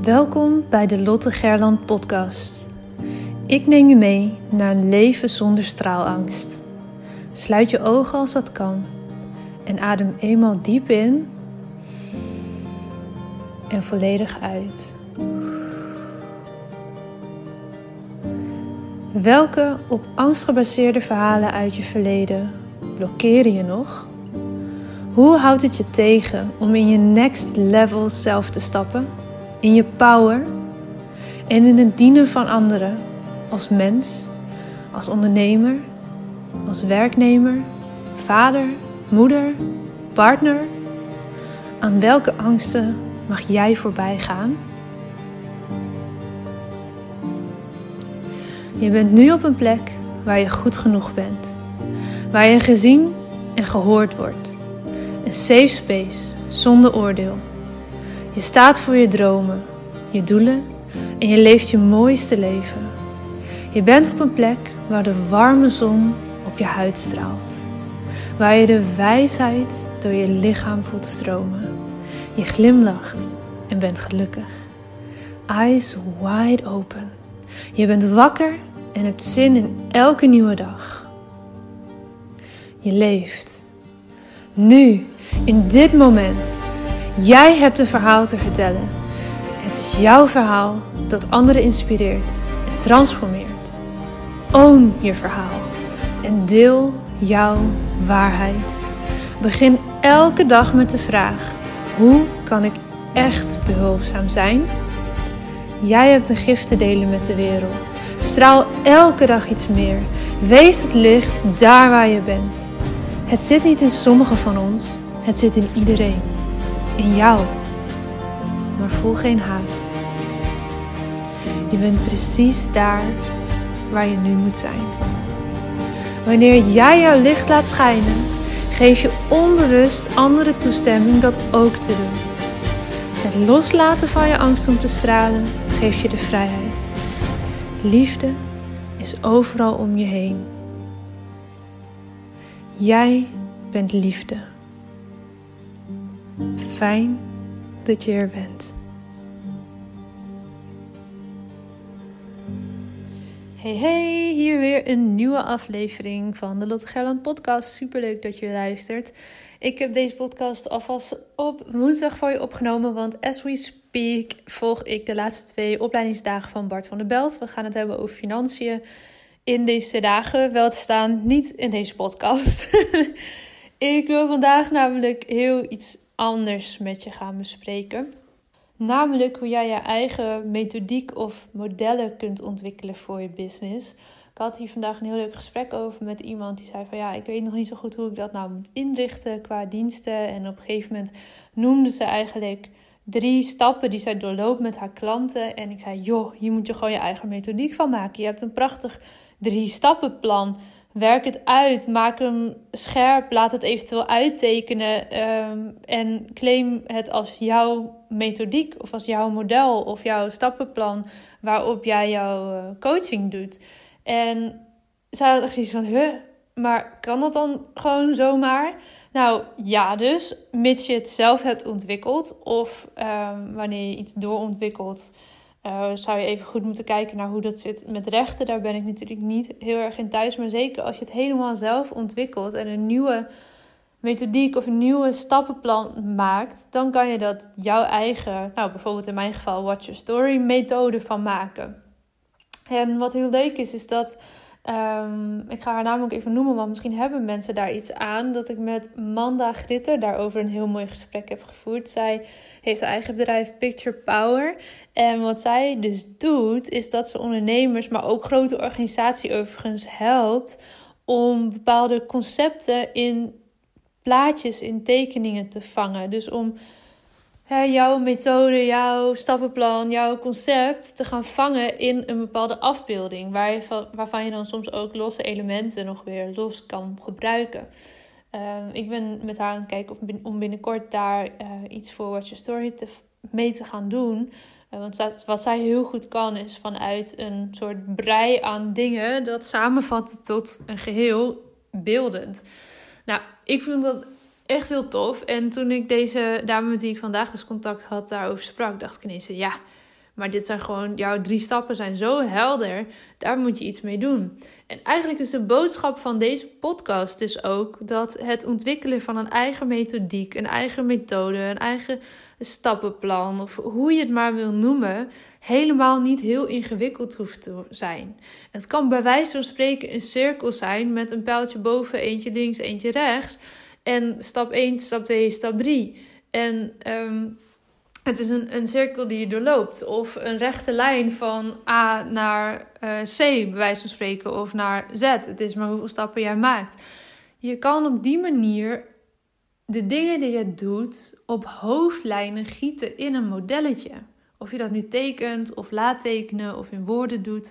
Welkom bij de Lotte Gerland podcast. Ik neem je mee naar een leven zonder straalangst. Sluit je ogen als dat kan en adem eenmaal diep in en volledig uit. Welke op angst gebaseerde verhalen uit je verleden blokkeren je nog? Hoe houdt het je tegen om in je next level zelf te stappen? In je power en in het dienen van anderen als mens, als ondernemer, als werknemer, vader, moeder, partner. Aan welke angsten mag jij voorbij gaan? Je bent nu op een plek waar je goed genoeg bent, waar je gezien en gehoord wordt. Een safe space zonder oordeel. Je staat voor je dromen, je doelen en je leeft je mooiste leven. Je bent op een plek waar de warme zon op je huid straalt. Waar je de wijsheid door je lichaam voelt stromen. Je glimlacht en bent gelukkig. Eyes wide open. Je bent wakker en hebt zin in elke nieuwe dag. Je leeft. Nu, in dit moment. Jij hebt een verhaal te vertellen. Het is jouw verhaal dat anderen inspireert en transformeert. Own je verhaal en deel jouw waarheid. Begin elke dag met de vraag: hoe kan ik echt behulpzaam zijn? Jij hebt een gift te delen met de wereld. Straal elke dag iets meer. Wees het licht daar waar je bent. Het zit niet in sommigen van ons, het zit in iedereen. In jou. Maar voel geen haast. Je bent precies daar waar je nu moet zijn. Wanneer jij jouw licht laat schijnen, geef je onbewust anderen toestemming dat ook te doen. Het loslaten van je angst om te stralen geeft je de vrijheid. Liefde is overal om je heen. Jij bent liefde. Fijn dat je er bent. Hey, hier weer een nieuwe aflevering van de Lotte Gerland podcast. Superleuk dat je luistert. Ik heb deze podcast alvast op woensdag voor je opgenomen, want as we speak volg ik de laatste 2 opleidingsdagen van Bart van der Belt. We gaan het hebben over financiën in deze dagen, wel te staan, niet in deze podcast. Ik wil vandaag namelijk heel iets anders met je gaan bespreken. Namelijk hoe jij je eigen methodiek of modellen kunt ontwikkelen voor je business. Ik had hier vandaag een heel leuk gesprek over met iemand die zei van ja, ik weet nog niet zo goed hoe ik dat nou moet inrichten qua diensten. En op een gegeven moment noemde ze eigenlijk 3 stappen die zij doorloopt met haar klanten. En ik zei, joh, hier moet je gewoon je eigen methodiek van maken. Je hebt een prachtig 3-stappenplan. Werk het uit, maak hem scherp, laat het eventueel uittekenen en claim het als jouw methodiek of als jouw model of jouw stappenplan waarop jij jouw coaching doet. En zij had echt zoiets van, maar kan dat dan gewoon zomaar? Nou ja, dus mits je het zelf hebt ontwikkeld of wanneer je iets doorontwikkelt, zou je even goed moeten kijken naar hoe dat zit met rechten. Daar ben ik natuurlijk niet heel erg in thuis. Maar zeker als je het helemaal zelf ontwikkelt en een nieuwe methodiek of een nieuwe stappenplan maakt, dan kan je dat jouw eigen, nou bijvoorbeeld in mijn geval Watch Your Story methode van maken. En wat heel leuk is dat, ik ga haar naam ook even noemen, want misschien hebben mensen daar iets aan, dat ik met Manda Gritter daarover een heel mooi gesprek heb gevoerd. Zij heeft haar eigen bedrijf Picture Power. En wat zij dus doet, is dat ze ondernemers, maar ook grote organisaties overigens helpt om bepaalde concepten in plaatjes, in tekeningen te vangen. Dus om jouw methode, jouw stappenplan, jouw concept te gaan vangen in een bepaalde afbeelding. Waarvan je dan soms ook losse elementen nog weer los kan gebruiken. Ik ben met haar aan het kijken om binnenkort daar iets voor Watch Your Story mee te gaan doen. Want wat zij heel goed kan is vanuit een soort brei aan dingen dat samenvatten tot een geheel beeldend. Nou, ik vind dat echt heel tof. En toen ik deze dame met wie ik vandaag dus contact had daarover sprak, dacht ik ineens, ja, Maar dit zijn gewoon, jouw 3 stappen zijn zo helder. Daar moet je iets mee doen. En eigenlijk is de boodschap van deze podcast dus ook dat het ontwikkelen van een eigen methodiek, een eigen methode, een eigen stappenplan, of hoe je het maar wil noemen, helemaal niet heel ingewikkeld hoeft te zijn. Het kan bij wijze van spreken een cirkel zijn met een pijltje boven, eentje links, eentje rechts. En stap 1, stap 2, stap 3. En het is een cirkel die je doorloopt. Of een rechte lijn van A naar C, bij wijze van spreken. Of naar Z. Het is maar hoeveel stappen jij maakt. Je kan op die manier de dingen die je doet op hoofdlijnen gieten in een modelletje. Of je dat nu tekent of laat tekenen of in woorden doet.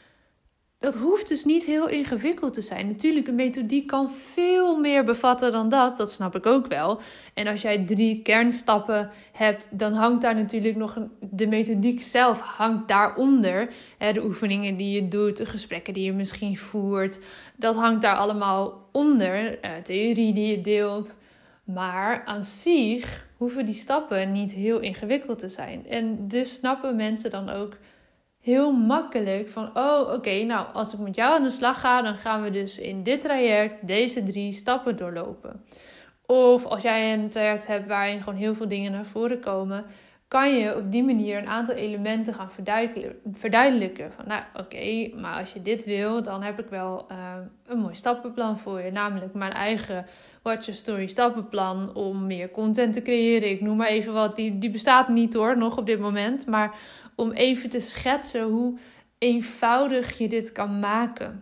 Dat hoeft dus niet heel ingewikkeld te zijn. Natuurlijk, een methodiek kan veel meer bevatten dan dat. Dat snap ik ook wel. En als jij 3 kernstappen hebt, dan hangt daar natuurlijk nog de methodiek zelf hangt daaronder. De oefeningen die je doet, de gesprekken die je misschien voert. Dat hangt daar allemaal onder. Theorie die je deelt. Maar aan zich hoeven die stappen niet heel ingewikkeld te zijn. En dus snappen mensen dan ook heel makkelijk van, oké, nou, als ik met jou aan de slag ga, dan gaan we dus in dit traject deze 3 stappen doorlopen. Of als jij een traject hebt waarin gewoon heel veel dingen naar voren komen, kan je op die manier een aantal elementen gaan verduidelijken. Van, nou, oké, maar als je dit wil, dan heb ik wel een mooi stappenplan voor je. Namelijk mijn eigen Watch Your Story stappenplan om meer content te creëren. Ik noem maar even wat, die bestaat niet hoor, nog op dit moment. Maar om even te schetsen hoe eenvoudig je dit kan maken.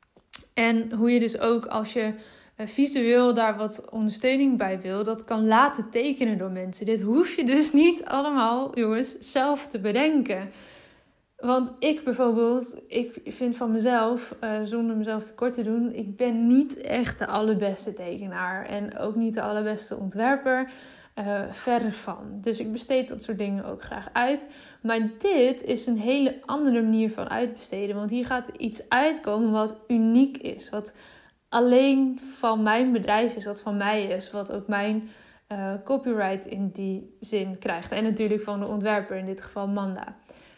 En hoe je dus ook als je visueel daar wat ondersteuning bij wil, dat kan laten tekenen door mensen. Dit hoef je dus niet allemaal, jongens, zelf te bedenken. Want ik bijvoorbeeld, ik vind van mezelf, zonder mezelf tekort te doen, ik ben niet echt de allerbeste tekenaar. En ook niet de allerbeste ontwerper. Verre van. Dus ik besteed dat soort dingen ook graag uit. Maar dit is een hele andere manier van uitbesteden. Want hier gaat iets uitkomen wat uniek is. Wat alleen van mijn bedrijf is, wat van mij is. Wat ook mijn copyright in die zin krijgt. En natuurlijk van de ontwerper, in dit geval Manda.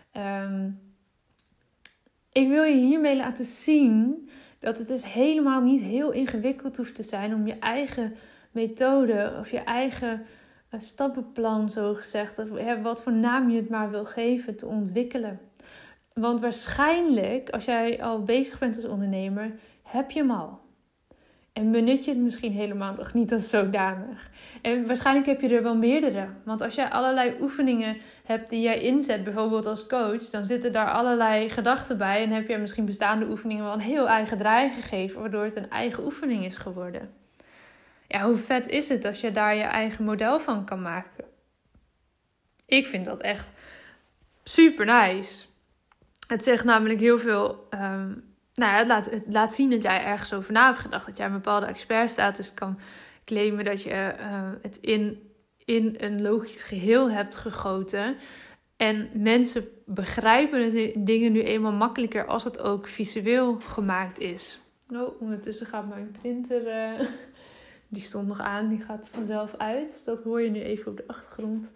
Ik wil je hiermee laten zien dat het dus helemaal niet heel ingewikkeld hoeft te zijn om je eigen methode of je eigen stappenplan, zo gezegd, wat voor naam je het maar wil geven, te ontwikkelen. Want waarschijnlijk, als jij al bezig bent als ondernemer, heb je hem al. En benut je het misschien helemaal nog niet als zodanig. En waarschijnlijk heb je er wel meerdere. Want als jij allerlei oefeningen hebt die jij inzet, bijvoorbeeld als coach, dan zitten daar allerlei gedachten bij. En heb je misschien bestaande oefeningen wel een heel eigen draai gegeven, waardoor het een eigen oefening is geworden. Ja, hoe vet is het als je daar je eigen model van kan maken? Ik vind dat echt super nice. Het zegt namelijk heel veel. Het laat zien dat jij ergens over na hebt gedacht. Dat jij een bepaalde expertstatus kan claimen. Dat je het in een logisch geheel hebt gegoten. En mensen begrijpen de dingen nu eenmaal makkelijker als het ook visueel gemaakt is. Ondertussen gaat mijn printer... Die stond nog aan, die gaat vanzelf uit. Dus dat hoor je nu even op de achtergrond.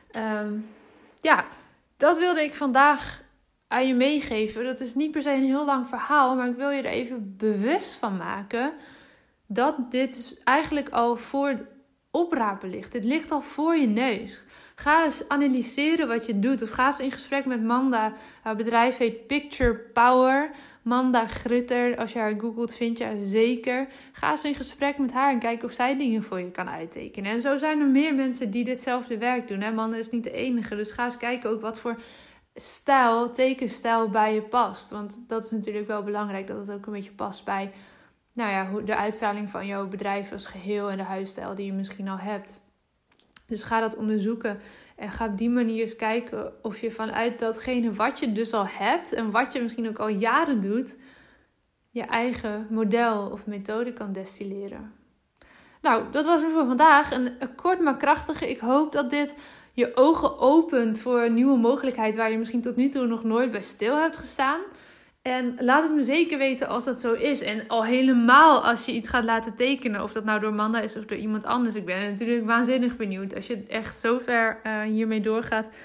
Dat wilde ik vandaag aan je meegeven. Dat is niet per se een heel lang verhaal, maar ik wil je er even bewust van maken dat dit dus eigenlijk al voor het oprapen ligt. Dit ligt al voor je neus. Ga eens analyseren wat je doet. Of ga eens in gesprek met Manda. Haar bedrijf heet Picture Power. Manda Grutter. Als je haar googelt, vind je haar zeker. Ga eens in gesprek met haar en kijk of zij dingen voor je kan uittekenen. En zo zijn er meer mensen die ditzelfde werk doen. Manda is niet de enige. Dus ga eens kijken ook wat voor tekenstijl bij je past. Want dat is natuurlijk wel belangrijk, dat het ook een beetje past bij de uitstraling van jouw bedrijf als geheel en de huisstijl die je misschien al hebt. Dus ga dat onderzoeken en ga op die manier eens kijken of je vanuit datgene wat je dus al hebt en wat je misschien ook al jaren doet, je eigen model of methode kan destilleren. Nou, dat was het voor vandaag. Een kort maar krachtige. Ik hoop dat dit je ogen opent voor een nieuwe mogelijkheid waar je misschien tot nu toe nog nooit bij stil hebt gestaan. En laat het me zeker weten als dat zo is. En al helemaal als je iets gaat laten tekenen. Of dat nou door Manda is of door iemand anders. Ik ben natuurlijk waanzinnig benieuwd. Als je echt zo ver hiermee doorgaat.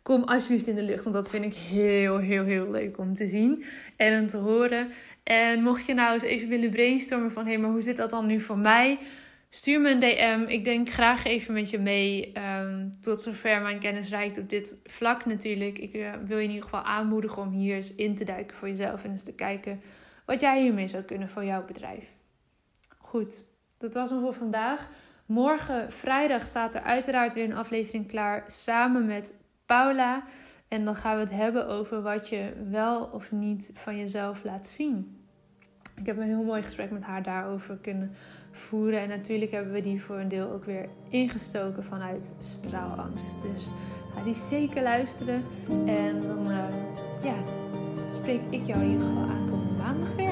kom alsjeblieft in de lucht. Want dat vind ik heel, heel, heel leuk om te zien en om te horen. En mocht je nou eens even willen brainstormen van... maar hoe zit dat dan nu voor mij? Stuur me een DM. Ik denk graag even met je mee. Tot zover mijn kennis reikt op dit vlak natuurlijk. Ik wil je in ieder geval aanmoedigen om hier eens in te duiken voor jezelf. En eens te kijken wat jij hiermee zou kunnen voor jouw bedrijf. Goed, dat was hem voor vandaag. Morgen, vrijdag, staat er uiteraard weer een aflevering klaar. Samen met Paula. En dan gaan we het hebben over wat je wel of niet van jezelf laat zien. Ik heb een heel mooi gesprek met haar daarover kunnen voeren. En natuurlijk hebben we die voor een deel ook weer ingestoken vanuit straalangst. Dus ga die zeker luisteren. En dan spreek ik jou in ieder geval aankomende maandag weer.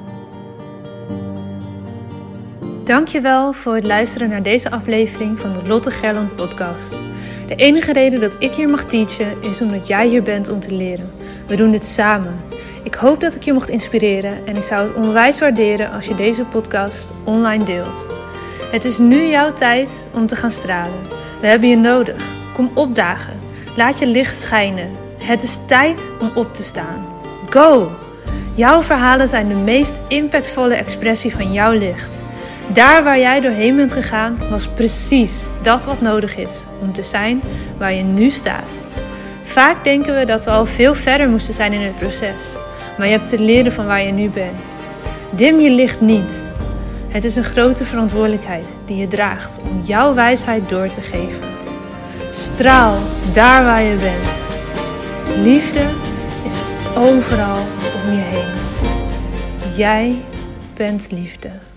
Dankjewel voor het luisteren naar deze aflevering van de Lotte Gerland podcast. De enige reden dat ik hier mag teachen is omdat jij hier bent om te leren. We doen dit samen. Ik hoop dat ik je mocht inspireren en ik zou het onwijs waarderen als je deze podcast online deelt. Het is nu jouw tijd om te gaan stralen. We hebben je nodig. Kom opdagen. Laat je licht schijnen. Het is tijd om op te staan. Go! Jouw verhalen zijn de meest impactvolle expressie van jouw licht. Daar waar jij doorheen bent gegaan, was precies dat wat nodig is om te zijn waar je nu staat. Vaak denken we dat we al veel verder moesten zijn in het proces, maar je hebt te leren van waar je nu bent. Dim je licht niet. Het is een grote verantwoordelijkheid die je draagt om jouw wijsheid door te geven. Straal daar waar je bent. Liefde is overal om je heen. Jij bent liefde.